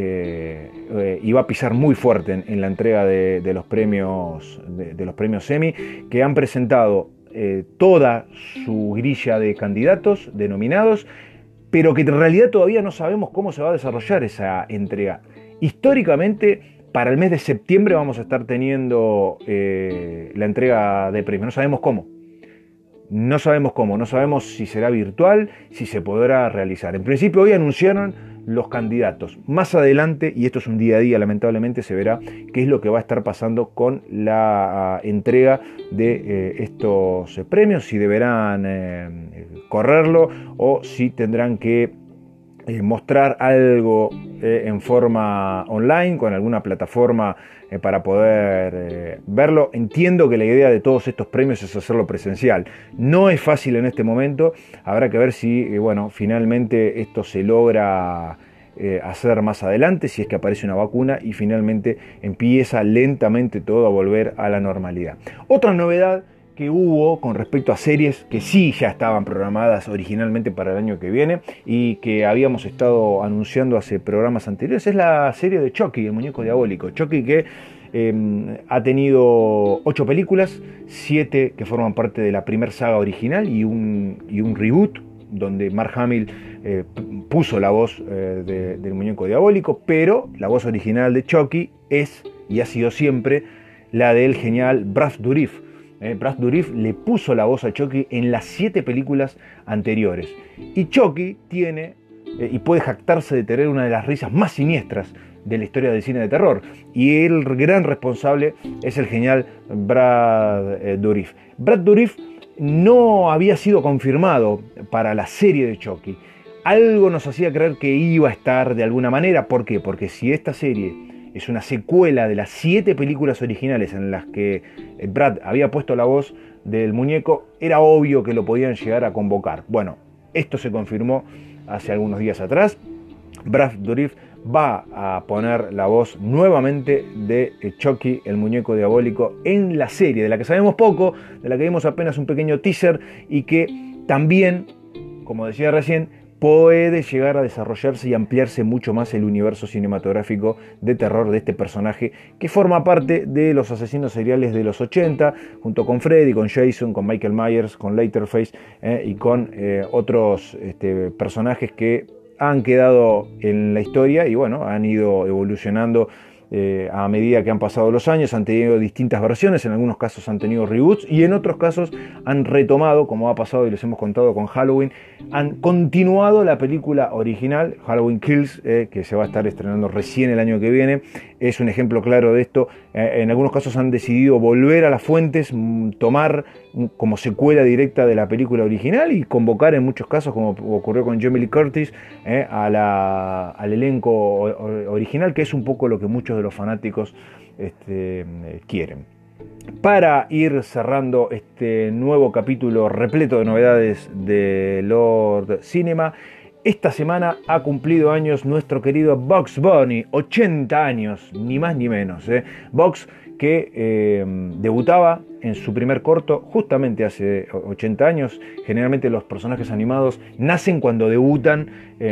y va a pisar muy fuerte en la entrega de los premios Emmy, que han presentado toda su grilla de candidatos, de nominados, pero que en realidad todavía no sabemos cómo se va a desarrollar esa entrega. Históricamente, para el mes de septiembre vamos a estar teniendo la entrega de premios. No sabemos cómo. No sabemos si será virtual, si se podrá realizar. En principio hoy anunciaron los candidatos. Más adelante, y esto es un día a día, lamentablemente se verá qué es lo que va a estar pasando con la entrega de estos premios, si deberán correrlo o si tendrán que mostrar algo en forma online, con alguna plataforma para poder verlo. Entiendo que la idea de todos estos premios es hacerlo presencial. No es fácil en este momento, habrá que ver si finalmente esto se logra hacer más adelante, si es que aparece una vacuna y finalmente empieza lentamente todo a volver a la normalidad. Otra novedad que hubo con respecto a series que sí ya estaban programadas originalmente para el año que viene y que habíamos estado anunciando hace programas anteriores es la serie de Chucky, el muñeco diabólico. Chucky, que ha tenido 8 películas, 7 que forman parte de la primera saga original y un reboot donde Mark Hamill puso la voz del muñeco diabólico, pero la voz original de Chucky es y ha sido siempre la del genial Brad Dourif. Brad Dourif le puso la voz a Chucky en las 7 películas anteriores. Y Chucky tiene y puede jactarse de tener una de las risas más siniestras de la historia del cine de terror. Y el gran responsable es el genial Brad Dourif. Brad Dourif no había sido confirmado para la serie de Chucky. Algo nos hacía creer que iba a estar de alguna manera. ¿Por qué? Porque si esta serie es una secuela de las 7 películas originales en las que Brad había puesto la voz del muñeco, era obvio que lo podían llegar a convocar. Bueno, esto se confirmó hace algunos días atrás. Brad Dourif va a poner la voz nuevamente de Chucky, el muñeco diabólico, en la serie, de la que sabemos poco, de la que vimos apenas un pequeño teaser y que también, como decía recién, puede llegar a desarrollarse y ampliarse mucho más el universo cinematográfico de terror de este personaje que forma parte de los asesinos seriales de los 80, junto con Freddy, con Jason, con Michael Myers, con Leatherface y con otros personajes que han quedado en la historia y bueno, han ido evolucionando a medida que han pasado los años, han tenido distintas versiones, en algunos casos han tenido reboots y en otros casos han retomado, como ha pasado y les hemos contado con Halloween, han continuado la película original, Halloween Kills, que se va a estar estrenando recién el año que viene, es un ejemplo claro de esto. En algunos casos han decidido volver a las fuentes, tomar como secuela directa de la película original y convocar en muchos casos, como ocurrió con Jamie Lee Curtis, al elenco original, que es un poco lo que muchos de los fanáticos quieren. Para ir cerrando este nuevo capítulo repleto de novedades de Lord Cinema, esta semana ha cumplido años nuestro querido Bugs Bunny, 80 años, ni más ni menos. Bugs, que debutaba en su primer corto justamente hace 80 años. Generalmente los personajes animados nacen cuando debutan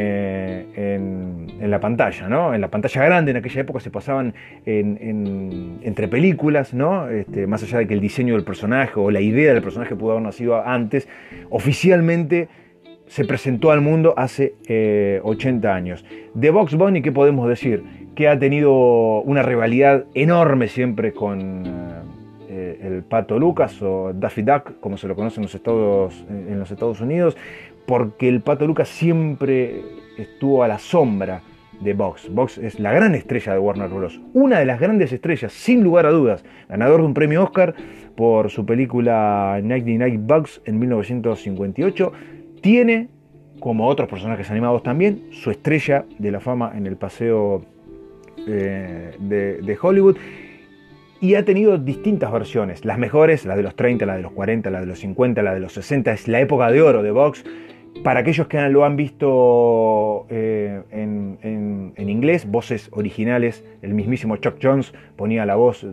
en la pantalla, ¿no? En la pantalla grande. En aquella época se pasaban entre películas, ¿no? Más allá de que el diseño del personaje o la idea del personaje pudo haber nacido antes, oficialmente se presentó al mundo hace 80 años. De Bugs Bunny, ¿qué podemos decir? Que ha tenido una rivalidad enorme siempre con el Pato Lucas o Daffy Duck, como se lo conoce en los Estados Unidos, porque el Pato Lucas siempre estuvo a la sombra de Bugs. Bugs es la gran estrella de Warner Bros. Una de las grandes estrellas, sin lugar a dudas, ganador de un premio Oscar por su película Nighty Night Bugs en 1958. Tiene, como otros personajes animados también, su estrella de la fama en el paseo de Hollywood, y ha tenido distintas versiones, las mejores, la de los 30, la de los 40, la de los 50, la de los 60, es la época de oro de Bugs. Para aquellos que lo han visto en inglés, voces originales, el mismísimo Chuck Jones ponía la voz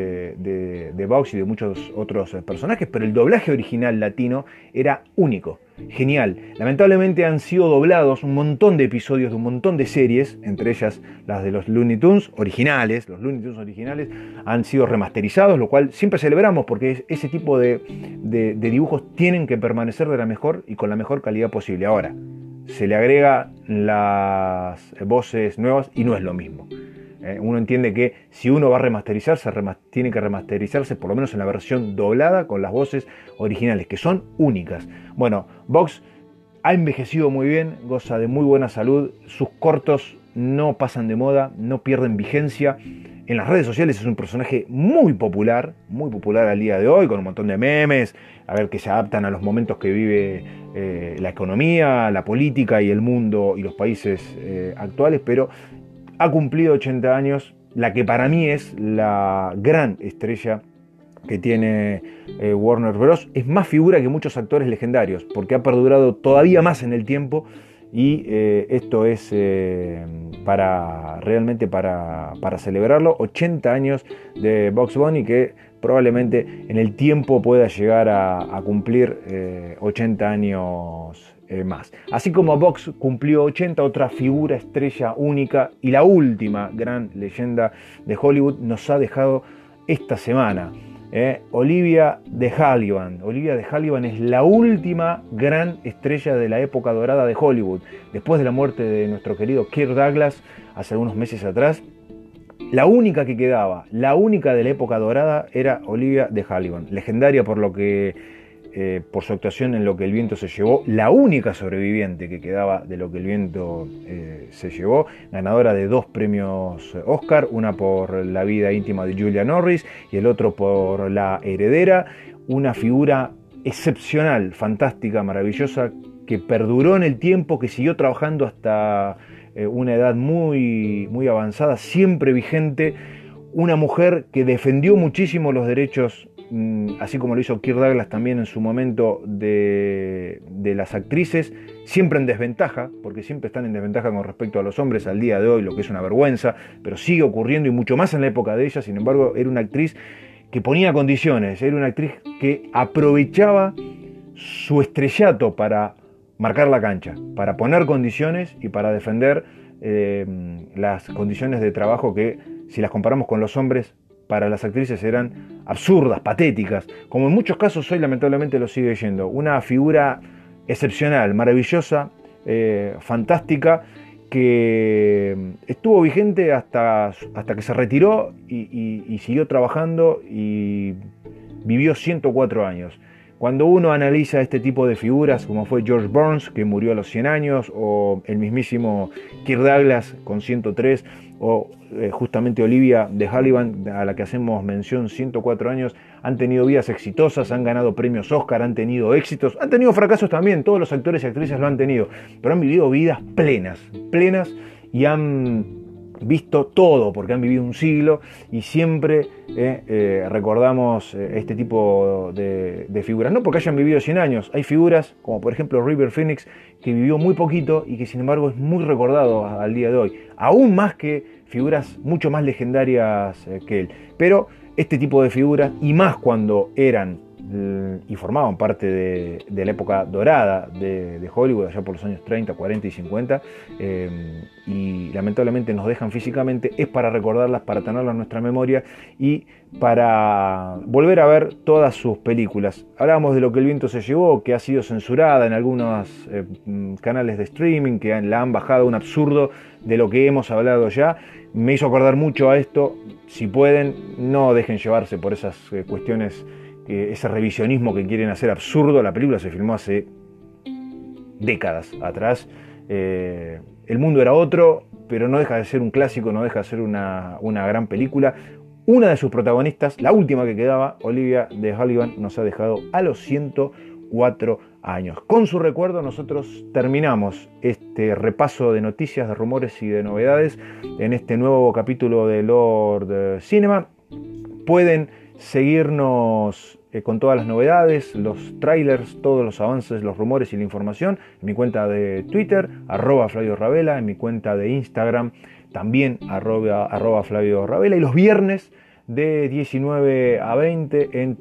de Bugs y de muchos otros personajes, pero el doblaje original latino era único, genial. Lamentablemente han sido doblados un montón de episodios de un montón de series, entre ellas las de los Looney Tunes originales. Los Looney Tunes originales han sido remasterizados, lo cual siempre celebramos porque ese tipo de dibujos tienen que permanecer de la mejor y con la mejor calidad posible. Ahora, se le agrega las voces nuevas y no es lo mismo. Uno entiende que si uno va a remasterizarse, tiene que remasterizarse por lo menos en la versión doblada con las voces originales, que son únicas. Bueno, Bugs ha envejecido muy bien, goza de muy buena salud, sus cortos no pasan de moda, no pierden vigencia. En las redes sociales es un personaje muy popular al día de hoy, con un montón de memes, a ver, que se adaptan a los momentos que vive la economía, la política y el mundo y los países actuales, pero ha cumplido 80 años, la que para mí es la gran estrella que tiene Warner Bros. Es más figura que muchos actores legendarios, porque ha perdurado todavía más en el tiempo, y esto es realmente para celebrarlo. 80 años de Bugs Bunny, que probablemente en el tiempo pueda llegar a cumplir 80 años más. Así como Bugs cumplió 80, otra figura estrella única y la última gran leyenda de Hollywood nos ha dejado esta semana. Olivia de Havilland. Olivia de Havilland es la última gran estrella de la época dorada de Hollywood. Después de la muerte de nuestro querido Kirk Douglas hace algunos meses atrás, la única que quedaba, la única de la época dorada, era Olivia de Havilland. Legendaria por lo que por su actuación en Lo que el viento se llevó, la única sobreviviente que quedaba de Lo que el viento se llevó, ganadora de 2 premios Oscar, una por La vida íntima de Julia Norris y el otro por La heredera, una figura excepcional, fantástica, maravillosa, que perduró en el tiempo, que siguió trabajando hasta una edad muy, muy avanzada, siempre vigente, una mujer que defendió muchísimo los derechos, así como lo hizo Kirk Douglas también en su momento, de las actrices, siempre en desventaja, porque siempre están en desventaja con respecto a los hombres al día de hoy, lo que es una vergüenza, pero sigue ocurriendo y mucho más en la época de ella. Sin embargo, era una actriz que ponía condiciones, era una actriz que aprovechaba su estrellato para marcar la cancha, para poner condiciones y para defender las condiciones de trabajo que, si las comparamos con los hombres, para las actrices eran absurdas, patéticas, como en muchos casos hoy lamentablemente lo sigue yendo. Una figura excepcional, maravillosa, fantástica, que estuvo vigente hasta que se retiró y siguió trabajando y vivió 104 años. Cuando uno analiza este tipo de figuras, como fue George Burns, que murió a los 100 años, o el mismísimo Kirk Douglas con 103, o justamente Olivia de Havilland, a la que hacemos mención, 104 años, han tenido vidas exitosas, han ganado premios Oscar, han tenido éxitos, han tenido fracasos también, todos los actores y actrices lo han tenido, pero han vivido vidas plenas y han visto todo, porque han vivido un siglo y siempre recordamos este tipo de figuras, no porque hayan vivido 100 años, hay figuras como por ejemplo River Phoenix, que vivió muy poquito y que sin embargo es muy recordado al día de hoy, aún más que figuras mucho más legendarias que él. Pero este tipo de figuras, y más cuando eran y formaban parte de la época dorada de Hollywood, allá por los años 30, 40 y 50, y lamentablemente nos dejan físicamente, es para recordarlas, para tenerlas en nuestra memoria y para volver a ver todas sus películas. Hablábamos de Lo que el viento se llevó, que ha sido censurada en algunos canales de streaming, que la han bajado, un absurdo de lo que hemos hablado ya. Me hizo acordar mucho a esto. Si pueden, no dejen llevarse por esas cuestiones, ese revisionismo que quieren hacer absurdo. La película se filmó hace décadas atrás. El mundo era otro, pero no deja de ser un clásico, no deja de ser una gran película. Una de sus protagonistas, la última que quedaba, Olivia de Havilland, nos ha dejado a los 104 años. Con su recuerdo nosotros terminamos este repaso de noticias, de rumores y de novedades en este nuevo capítulo de Lord Cinema. Pueden seguirnos con todas las novedades, los trailers, todos los avances, los rumores y la información en mi cuenta de Twitter, @Flavio Ravela, en mi cuenta de Instagram, también @Flavio Ravela, y los viernes de 19 a 20 en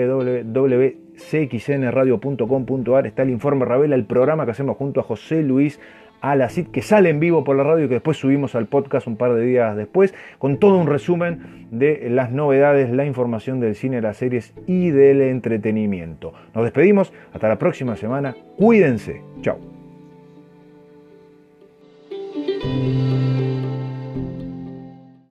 www.cxnradio.com.ar está el Informe Ravela, el programa que hacemos junto a José Luis Alacid, que sale en vivo por la radio y que después subimos al podcast un par de días después, con todo un resumen de las novedades, la información del cine, las series y del entretenimiento. Nos despedimos, hasta la próxima semana, cuídense, chao.